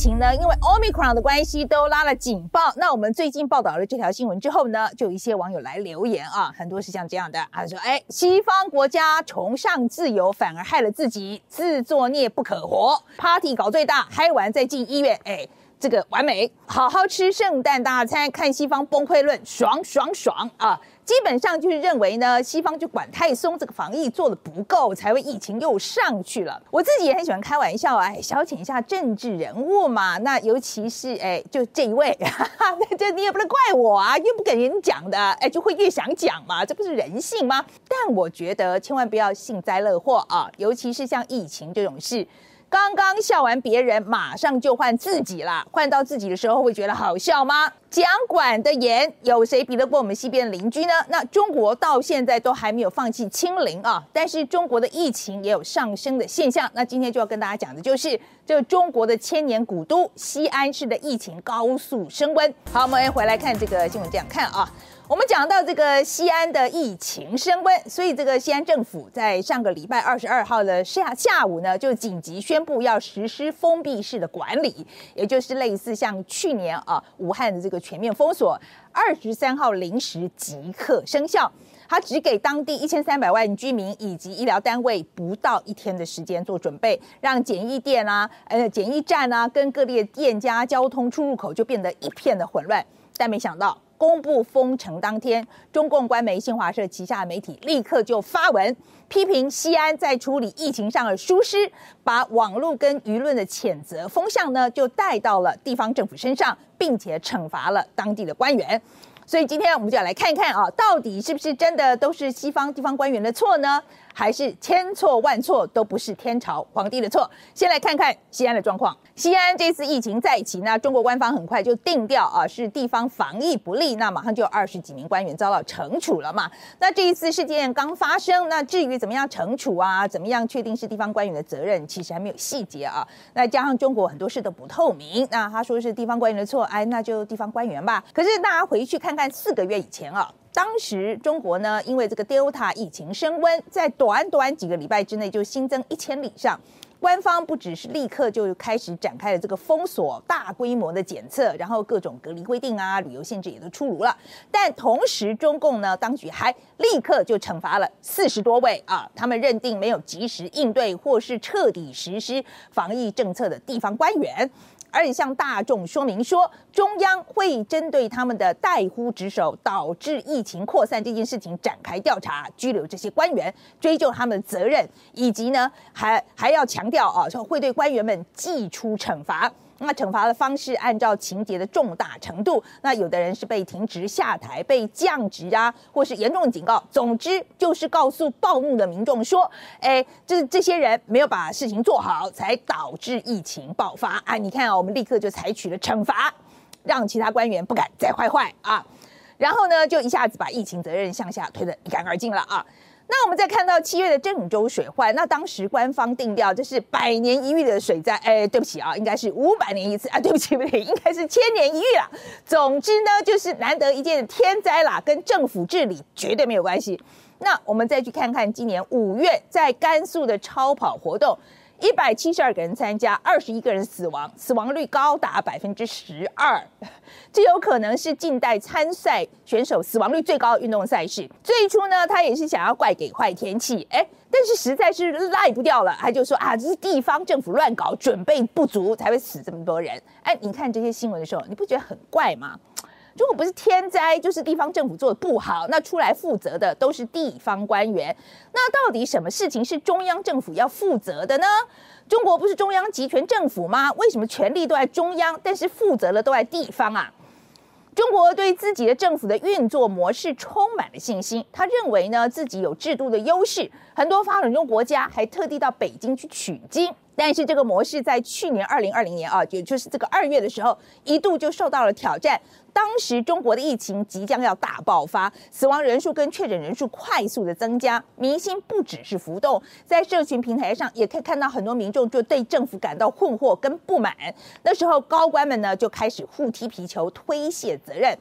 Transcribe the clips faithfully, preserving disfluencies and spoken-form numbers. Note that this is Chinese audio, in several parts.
情呢，因为 Omicron 的关系都拉了警报。那我们最近报道了这条新闻之后呢，就有一些网友来留言啊，很多是像这样的，他说：“哎，西方国家崇尚自由，反而害了自己，自作孽不可活。Party 搞最大，嗨完再进医院，哎。”这个完美，好好吃圣诞大餐，看西方崩溃论，爽爽爽啊！基本上就是认为呢，西方就管太松，这个防疫做的不够，才会疫情又上去了。我自己也很喜欢开玩笑，哎，消遣一下政治人物嘛。那尤其是哎，就这一位，哈哈，这你也不能怪我啊，越不跟人讲的，哎，就会越想讲嘛，这不是人性吗？但我觉得千万不要幸灾乐祸啊，尤其是像疫情这种事。刚刚笑完别人，马上就换自己啦。换到自己的时候，会觉得好笑吗？讲管的严，有谁比得过我们西边的邻居呢？那中国到现在都还没有放弃清零啊，但是中国的疫情也有上升的现象。那今天就要跟大家讲的就是，这个中国的千年古都西安市的疫情高速升温。好，我们回来看这个新闻，这样看啊。我们讲到这个西安的疫情升温，所以这个西安政府在上个礼拜二十二号的下下午呢，就紧急宣布要实施封闭式的管理，也就是类似像去年啊武汉的这个全面封锁，二十三号零时即刻生效。它只给当地一千三百万居民以及医疗单位不到一天的时间做准备，让检疫店啊、呃检疫站啊跟各地的店家、交通出入口就变得一片的混乱。但没想到，公布封城当天，中共官媒新华社旗下的媒体立刻就发文批评西安在处理疫情上的疏失，把网络跟舆论的谴责风向呢，就带到了地方政府身上，并且惩罚了当地的官员。所以今天我们就要来看一看啊，到底是不是真的都是西方地方官员的错呢？还是千错万错都不是天朝皇帝的错？先来看看西安的状况。西安这次疫情再起，那中国官方很快就定调啊，是地方防疫不力，那马上就有二十几名官员遭到惩处了嘛。那这一次事件刚发生，那至于怎么样惩处啊，怎么样确定是地方官员的责任，其实还没有细节啊。那加上中国很多事都不透明，那他说是地方官员的错，哎，那就地方官员吧。可是大家回去看看四个月以前啊。当时中国呢，因为这个 Delta 疫情升温，在短短几个礼拜之内就新增一千例上。官方不只是立刻就开始展开了这个封锁、大规模的检测，然后各种隔离规定啊、旅游限制也都出炉了。但同时，中共呢当局还立刻就惩罚了四十多位啊，他们认定没有及时应对或是彻底实施防疫政策的地方官员。而且向大众说明说，中央会针对他们的怠忽职守导致疫情扩散这件事情展开调查，拘留这些官员，追究他们的责任，以及呢，还还要强调啊，说会对官员们祭出惩罚。那惩罚的方式按照情节的重大程度，那有的人是被停职下台、被降职啊，或是严重的警告。总之就是告诉暴怒的民众说，哎，就是这些人没有把事情做好，才导致疫情爆发。啊，你看啊，我们立刻就采取了惩罚，让其他官员不敢再坏坏啊。然后呢，就一下子把疫情责任向下推得一干二净了啊。那我们再看到七月的郑州水患，那当时官方定调这是百年一遇的水灾，哎，对不起啊，应该是五百年一次啊，对不起不对，应该是千年一遇啦。总之呢，就是难得一见的天灾啦，跟政府治理绝对没有关系。那我们再去看看今年五月在甘肃的超跑活动。一百七十二个人参加，二十一个人死亡，死亡率高达百分之十二，这有可能是近代参赛选手死亡率最高的运动赛事。最初呢，他也是想要怪给坏天气，哎，但是实在是赖不掉了，他就说啊，这是地方政府乱搞，准备不足才会死这么多人。哎，你看这些新闻的时候，你不觉得很怪吗？如果不是天灾，就是地方政府做的不好，那出来负责的都是地方官员。那到底什么事情是中央政府要负责的呢？中国不是中央集权政府吗？为什么权力都在中央，但是负责的都在地方啊？中国对自己的政府的运作模式充满了信心，他认为呢自己有制度的优势，很多发展中国家还特地到北京去取经。但是这个模式在去年二零二零年啊，也就是这个二月的时候，一度就受到了挑战。当时中国的疫情即将要大爆发，死亡人数跟确诊人数快速的增加，民心不只是浮动，在社群平台上也可以看到很多民众就对政府感到困惑跟不满。那时候高官们呢就开始互踢皮球，推卸责任。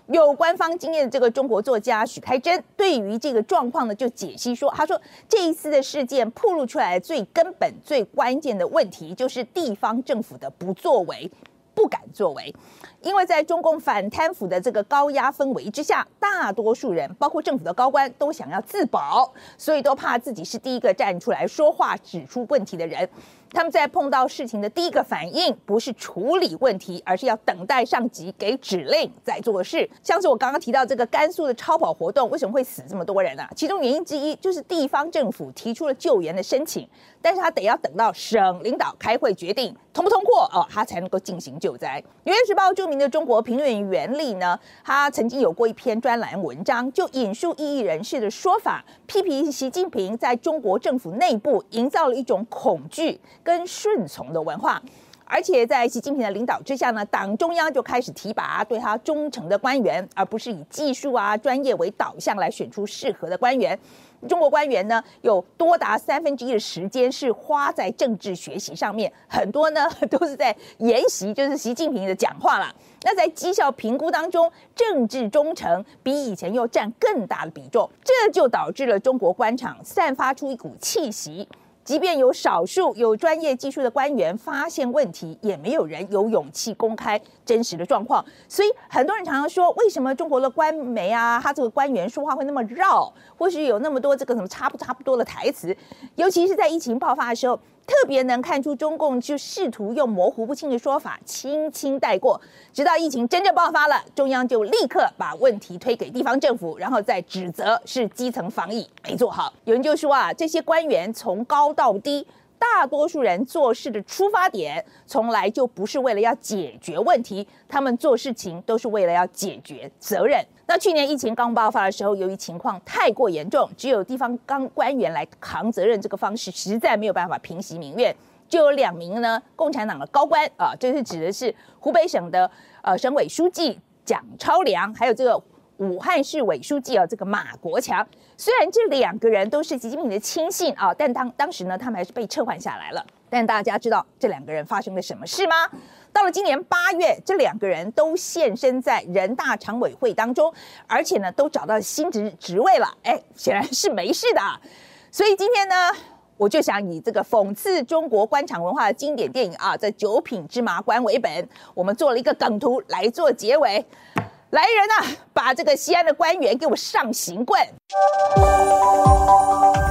有官方经验的这个中国作家许开珍对于这个状况呢，就解析说，他说这一次的事件暴露出来最根本、最关键的问题，就是地方政府的不作为、不敢作为。因为在中共反贪腐的这个高压氛围之下，大多数人，包括政府的高官，都想要自保，所以都怕自己是第一个站出来说话、指出问题的人。他们在碰到事情的第一个反应，不是处理问题，而是要等待上级给指令再做事。像是我刚刚提到这个甘肃的超跑活动，为什么会死这么多人啊？其中原因之一就是地方政府提出了救援的申请，但是他得要等到省领导开会决定通不通过哦，他才能够进行救灾。纽约时报著名的中国评论员袁立呢，他曾经有过一篇专栏文章，就引述异议人士的说法，批评习近平在中国政府内部营造了一种恐惧跟顺从的文化，而且在习近平的领导之下呢，党中央就开始提拔对他忠诚的官员，而不是以技术啊、专业为导向来选出适合的官员。中国官员呢，有多达三分之一的时间是花在政治学习上面，很多呢都是在研习，就是习近平的讲话啦。那在绩效评估当中，政治忠诚比以前又占更大的比重，这就导致了中国官场散发出一股气息。即便有少数有专业技术的官员发现问题，也没有人有勇气公开真实的状况。所以很多人常常说，为什么中国的官媒啊，他这个官员说话会那么绕，或是有那么多这个什么差不差不多的台词？尤其是在疫情爆发的时候，特别能看出中共就试图用模糊不清的说法轻轻带过，直到疫情真正爆发了，中央就立刻把问题推给地方政府，然后再指责是基层防疫没做好。有人就说啊，这些官员从高到低，大多数人做事的出发点从来就不是为了要解决问题，他们做事情都是为了要解决责任。那去年疫情刚爆发的时候，由于情况太过严重，只有地方刚官员来扛责任，这个方式实在没有办法平息民怨，就有两名呢共产党的高官啊，这是指的是湖北省的呃省委书记蒋超良，还有这个武汉市委书记啊这个马国强。虽然这两个人都是习近平的亲信啊，但当当时呢，他们还是被撤换下来了。但大家知道这两个人发生了什么事吗？到了今年八月，这两个人都现身在人大常委会当中，而且呢，都找到新职职位了。哎，显然是没事的。所以今天呢，我就想以这个讽刺中国官场文化的经典电影啊，这《九品芝麻官》为本，我们做了一个梗图来做结尾。来人啊，把这个西安的官员给我上刑棍！